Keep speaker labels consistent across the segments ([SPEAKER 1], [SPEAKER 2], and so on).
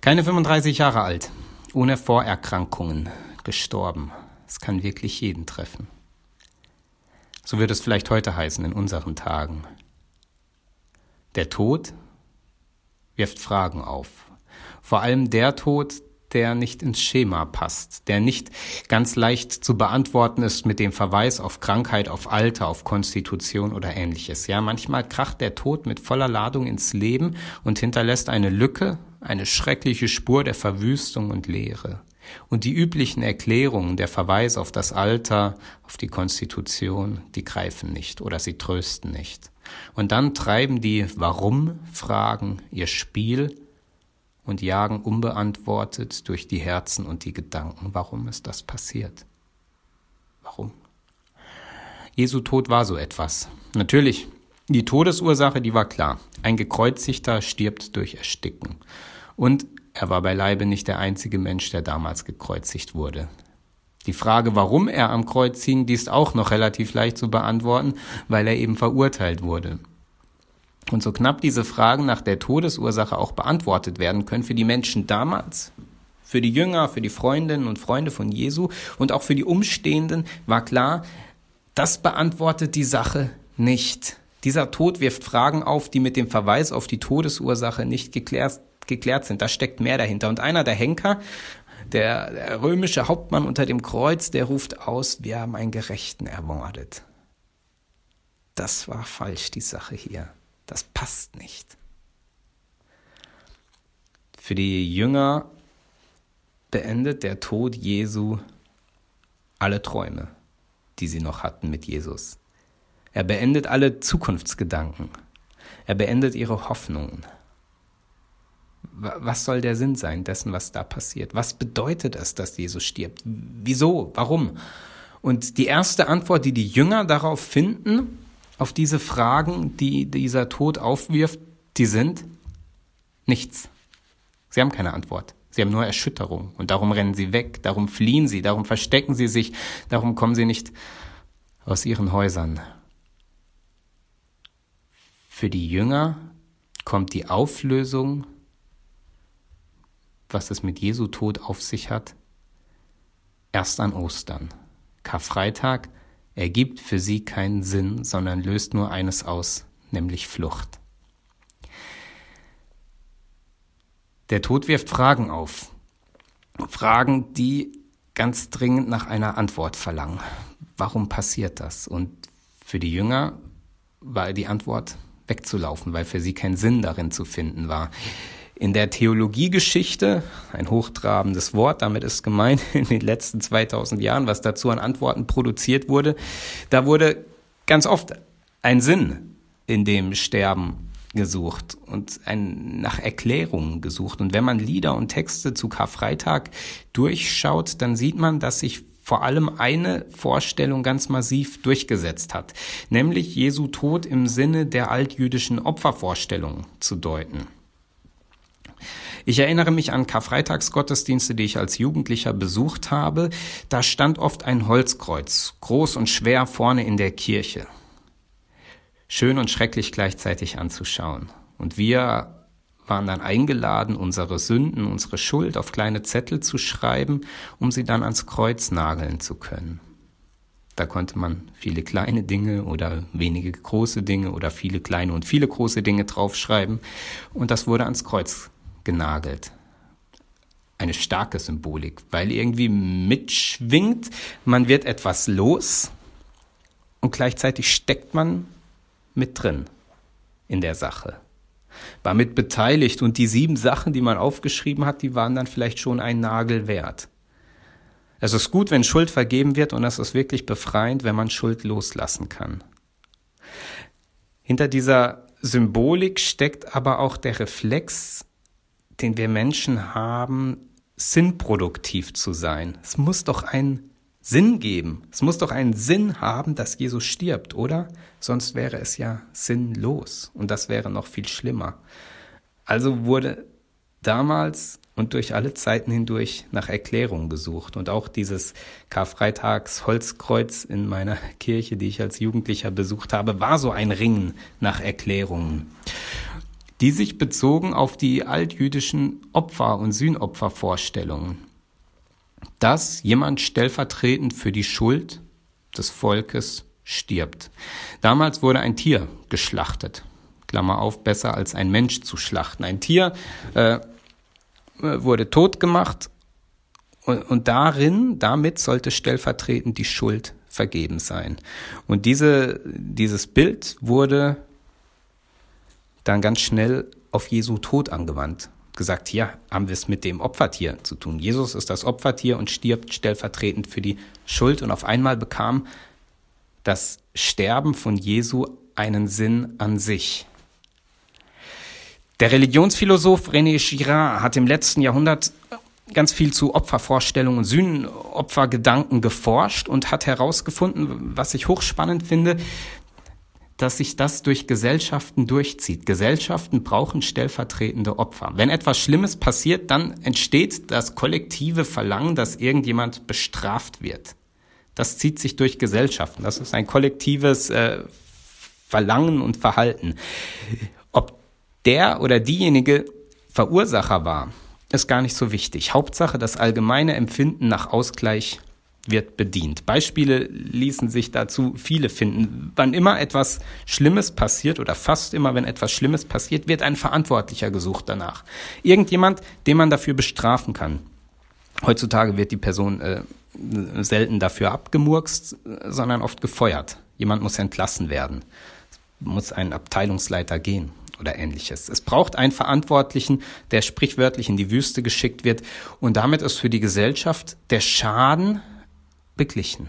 [SPEAKER 1] Keine 35 Jahre alt, ohne Vorerkrankungen, gestorben. Es kann wirklich jeden treffen. So wird es vielleicht heute heißen in unseren Tagen. Der Tod wirft Fragen auf. Vor allem der Tod, der nicht ins Schema passt, der nicht ganz leicht zu beantworten ist mit dem Verweis auf Krankheit, auf Alter, auf Konstitution oder Ähnliches. Ja, manchmal kracht der Tod mit voller Ladung ins Leben und hinterlässt eine Lücke, eine schreckliche Spur der Verwüstung und Leere. Und die üblichen Erklärungen, der Verweis auf das Alter, auf die Konstitution, die greifen nicht oder sie trösten nicht. Und dann treiben die Warum-Fragen ihr Spiel und jagen unbeantwortet durch die Herzen und die Gedanken. Warum ist das passiert? Warum? Jesu Tod war so etwas. Natürlich, die Todesursache, die war klar. Ein Gekreuzigter stirbt durch Ersticken. Und er war beileibe nicht der einzige Mensch, der damals gekreuzigt wurde. Die Frage, warum er am Kreuz hing, die ist auch noch relativ leicht zu beantworten, weil er eben verurteilt wurde. Und so knapp diese Fragen nach der Todesursache auch beantwortet werden können für die Menschen damals, für die Jünger, für die Freundinnen und Freunde von Jesu und auch für die Umstehenden, war klar, das beantwortet die Sache nicht. Dieser Tod wirft Fragen auf, die mit dem Verweis auf die Todesursache nicht geklärt sind. Da steckt mehr dahinter. Und einer der Henker, der römische Hauptmann unter dem Kreuz, der ruft aus, wir haben einen Gerechten ermordet. Das war falsch, die Sache hier. Das passt nicht. Für die Jünger beendet der Tod Jesu alle Träume, die sie noch hatten mit Jesus. Er beendet alle Zukunftsgedanken. Er beendet ihre Hoffnungen. Was soll der Sinn sein dessen, was da passiert? Was bedeutet es, dass Jesus stirbt? Wieso? Warum? Und die erste Antwort, die die Jünger darauf finden, auf diese Fragen, die dieser Tod aufwirft, die sind nichts. Sie haben keine Antwort. Sie haben nur Erschütterung. Und darum rennen sie weg, darum fliehen sie, darum verstecken sie sich, darum kommen sie nicht aus ihren Häusern. Für die Jünger kommt die Auflösung, was es mit Jesu Tod auf sich hat, erst an Ostern. Karfreitag ergibt für sie keinen Sinn, sondern löst nur eines aus, nämlich Flucht. Der Tod wirft Fragen auf. Fragen, die ganz dringend nach einer Antwort verlangen. Warum passiert das? Und für die Jünger war die Antwort wegzulaufen, weil für sie kein Sinn darin zu finden war. In der Theologiegeschichte, ein hochtrabendes Wort, damit ist gemeint, in den letzten 2000 Jahren, was dazu an Antworten produziert wurde, da wurde ganz oft ein Sinn in dem Sterben gesucht und nach Erklärungen gesucht. Und wenn man Lieder und Texte zu Karfreitag durchschaut, dann sieht man, dass sich vor allem eine Vorstellung ganz massiv durchgesetzt hat, nämlich Jesu Tod im Sinne der altjüdischen Opfervorstellung zu deuten. Ich erinnere mich an Karfreitagsgottesdienste, die ich als Jugendlicher besucht habe. Da stand oft ein Holzkreuz, groß und schwer vorne in der Kirche. Schön und schrecklich gleichzeitig anzuschauen. Und wir waren dann eingeladen, unsere Sünden, unsere Schuld auf kleine Zettel zu schreiben, um sie dann ans Kreuz nageln zu können. Da konnte man viele kleine Dinge oder wenige große Dinge oder viele kleine und viele große Dinge draufschreiben. Und das wurde ans Kreuz genagelt. Eine starke Symbolik, weil irgendwie mitschwingt, man wird etwas los und gleichzeitig steckt man mit drin in der Sache. War mit beteiligt und die 7 Sachen, die man aufgeschrieben hat, die waren dann vielleicht schon ein Nagel wert. Es ist gut, wenn Schuld vergeben wird und es ist wirklich befreiend, wenn man Schuld loslassen kann. Hinter dieser Symbolik steckt aber auch der Reflex, den wir Menschen haben, sinnproduktiv zu sein. Es muss doch einen Sinn geben. Es muss doch einen Sinn haben, dass Jesus stirbt, oder? Sonst wäre es ja sinnlos und das wäre noch viel schlimmer. Also wurde damals und durch alle Zeiten hindurch nach Erklärungen gesucht. Und auch dieses Karfreitags-Holzkreuz in meiner Kirche, die ich als Jugendlicher besucht habe, war so ein Ringen nach Erklärungen. die sich bezogen auf die altjüdischen Opfer- und Sühnopfervorstellungen, dass jemand stellvertretend für die Schuld des Volkes stirbt. Damals wurde ein Tier geschlachtet. Klammer auf, besser als ein Mensch zu schlachten. Ein Tier wurde tot gemacht und damit sollte stellvertretend die Schuld vergeben sein. Und dieses Bild wurde dann ganz schnell auf Jesu Tod angewandt. Gesagt, hier haben wir es mit dem Opfertier zu tun. Jesus ist das Opfertier und stirbt stellvertretend für die Schuld. Und auf einmal bekam das Sterben von Jesu einen Sinn an sich. Der Religionsphilosoph René Girard hat im letzten Jahrhundert ganz viel zu Opfervorstellungen und Sühnopfergedanken geforscht und hat herausgefunden, was ich hochspannend finde, dass sich das durch Gesellschaften durchzieht. Gesellschaften brauchen stellvertretende Opfer. Wenn etwas Schlimmes passiert, dann entsteht das kollektive Verlangen, dass irgendjemand bestraft wird. Das zieht sich durch Gesellschaften. Das ist ein kollektives Verlangen und Verhalten. Ob der oder diejenige Verursacher war, ist gar nicht so wichtig. Hauptsache, das allgemeine Empfinden nach Ausgleich wird bedient. Beispiele ließen sich dazu viele finden. Wann immer etwas Schlimmes passiert oder fast immer, wenn etwas Schlimmes passiert, wird ein Verantwortlicher gesucht danach. Irgendjemand, den man dafür bestrafen kann. Heutzutage wird die Person selten dafür abgemurkst, sondern oft gefeuert. Jemand muss entlassen werden. Es muss ein Abteilungsleiter gehen oder Ähnliches. Es braucht einen Verantwortlichen, der sprichwörtlich in die Wüste geschickt wird. Und damit ist für die Gesellschaft der Schaden beglichen.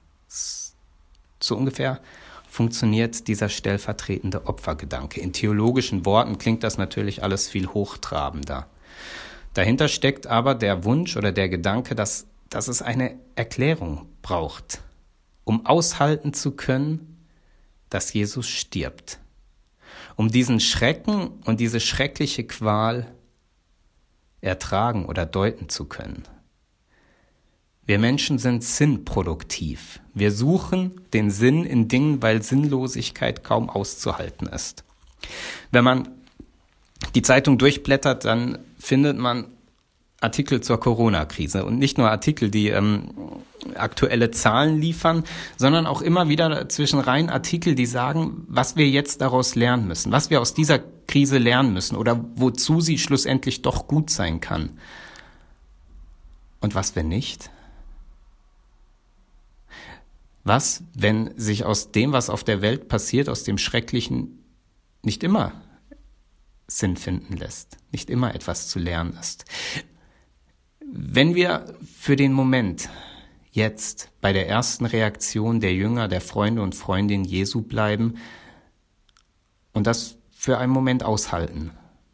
[SPEAKER 1] So ungefähr funktioniert dieser stellvertretende Opfergedanke. In theologischen Worten klingt das natürlich alles viel hochtrabender. Dahinter steckt aber der Wunsch oder der Gedanke, dass es eine Erklärung braucht, um aushalten zu können, dass Jesus stirbt. Um diesen Schrecken und diese schreckliche Qual ertragen oder deuten zu können. Wir Menschen sind sinnproduktiv. Wir suchen den Sinn in Dingen, weil Sinnlosigkeit kaum auszuhalten ist. Wenn man die Zeitung durchblättert, dann findet man Artikel zur Corona-Krise. Und nicht nur Artikel, die aktuelle Zahlen liefern, sondern auch immer wieder zwischenrein Artikel, die sagen, was wir jetzt daraus lernen müssen, was wir aus dieser Krise lernen müssen oder wozu sie schlussendlich doch gut sein kann. Und was, wenn nicht? Was, wenn sich aus dem, was auf der Welt passiert, aus dem Schrecklichen nicht immer Sinn finden lässt, nicht immer etwas zu lernen ist? Wenn wir für den Moment jetzt bei der ersten Reaktion der Jünger, der Freunde und Freundinnen Jesu bleiben und das für einen Moment aushalten,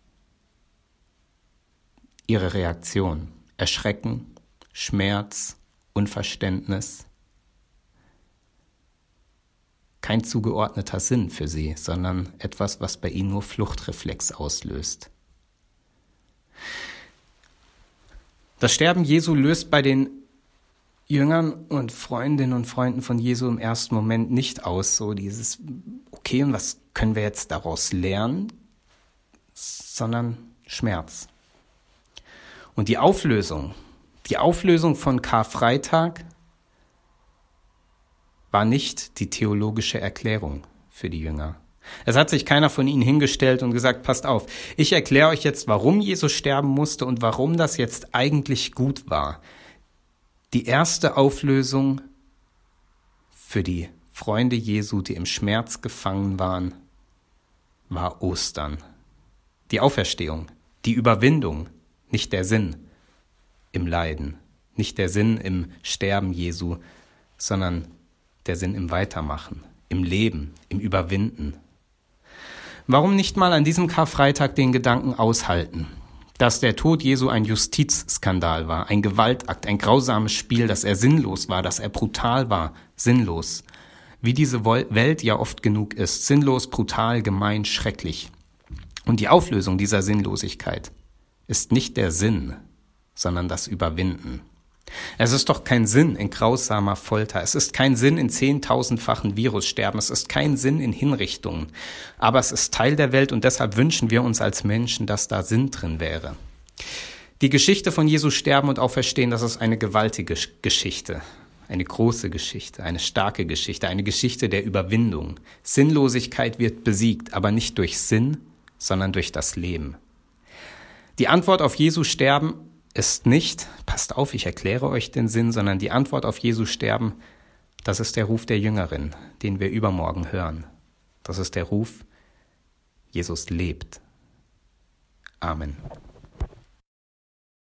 [SPEAKER 1] ihre Reaktion, Erschrecken, Schmerz, Unverständnis, kein zugeordneter Sinn für sie, sondern etwas, was bei ihnen nur Fluchtreflex auslöst. Das Sterben Jesu löst bei den Jüngern und Freundinnen und Freunden von Jesu im ersten Moment nicht aus, so dieses, okay, und was können wir jetzt daraus lernen, sondern Schmerz. Und die Auflösung von Karfreitag war nicht die theologische Erklärung für die Jünger. Es hat sich keiner von ihnen hingestellt und gesagt, passt auf, ich erkläre euch jetzt, warum Jesus sterben musste und warum das jetzt eigentlich gut war. Die erste Auflösung für die Freunde Jesu, die im Schmerz gefangen waren, war Ostern. Die Auferstehung, die Überwindung, nicht der Sinn im Leiden, nicht der Sinn im Sterben Jesu, sondern der Sinn im Weitermachen, im Leben, im Überwinden. Warum nicht mal an diesem Karfreitag den Gedanken aushalten, dass der Tod Jesu ein Justizskandal war, ein Gewaltakt, ein grausames Spiel, dass er sinnlos war, dass er brutal war, sinnlos. Wie diese Welt ja oft genug ist, sinnlos, brutal, gemein, schrecklich. Und die Auflösung dieser Sinnlosigkeit ist nicht der Sinn, sondern das Überwinden. Es ist doch kein Sinn in grausamer Folter. Es ist kein Sinn in 10.000-fachen Virussterben. Es ist kein Sinn in Hinrichtungen. Aber es ist Teil der Welt und deshalb wünschen wir uns als Menschen, dass da Sinn drin wäre. Die Geschichte von Jesu Sterben und Auferstehen, das ist eine gewaltige Geschichte. Eine große Geschichte, eine starke Geschichte, eine Geschichte der Überwindung. Sinnlosigkeit wird besiegt, aber nicht durch Sinn, sondern durch das Leben. Die Antwort auf Jesu Sterben ist nicht, passt auf, ich erkläre euch den Sinn, sondern die Antwort auf Jesu Sterben, das ist der Ruf der Jüngerin, den wir übermorgen hören. Das ist der Ruf, Jesus lebt. Amen.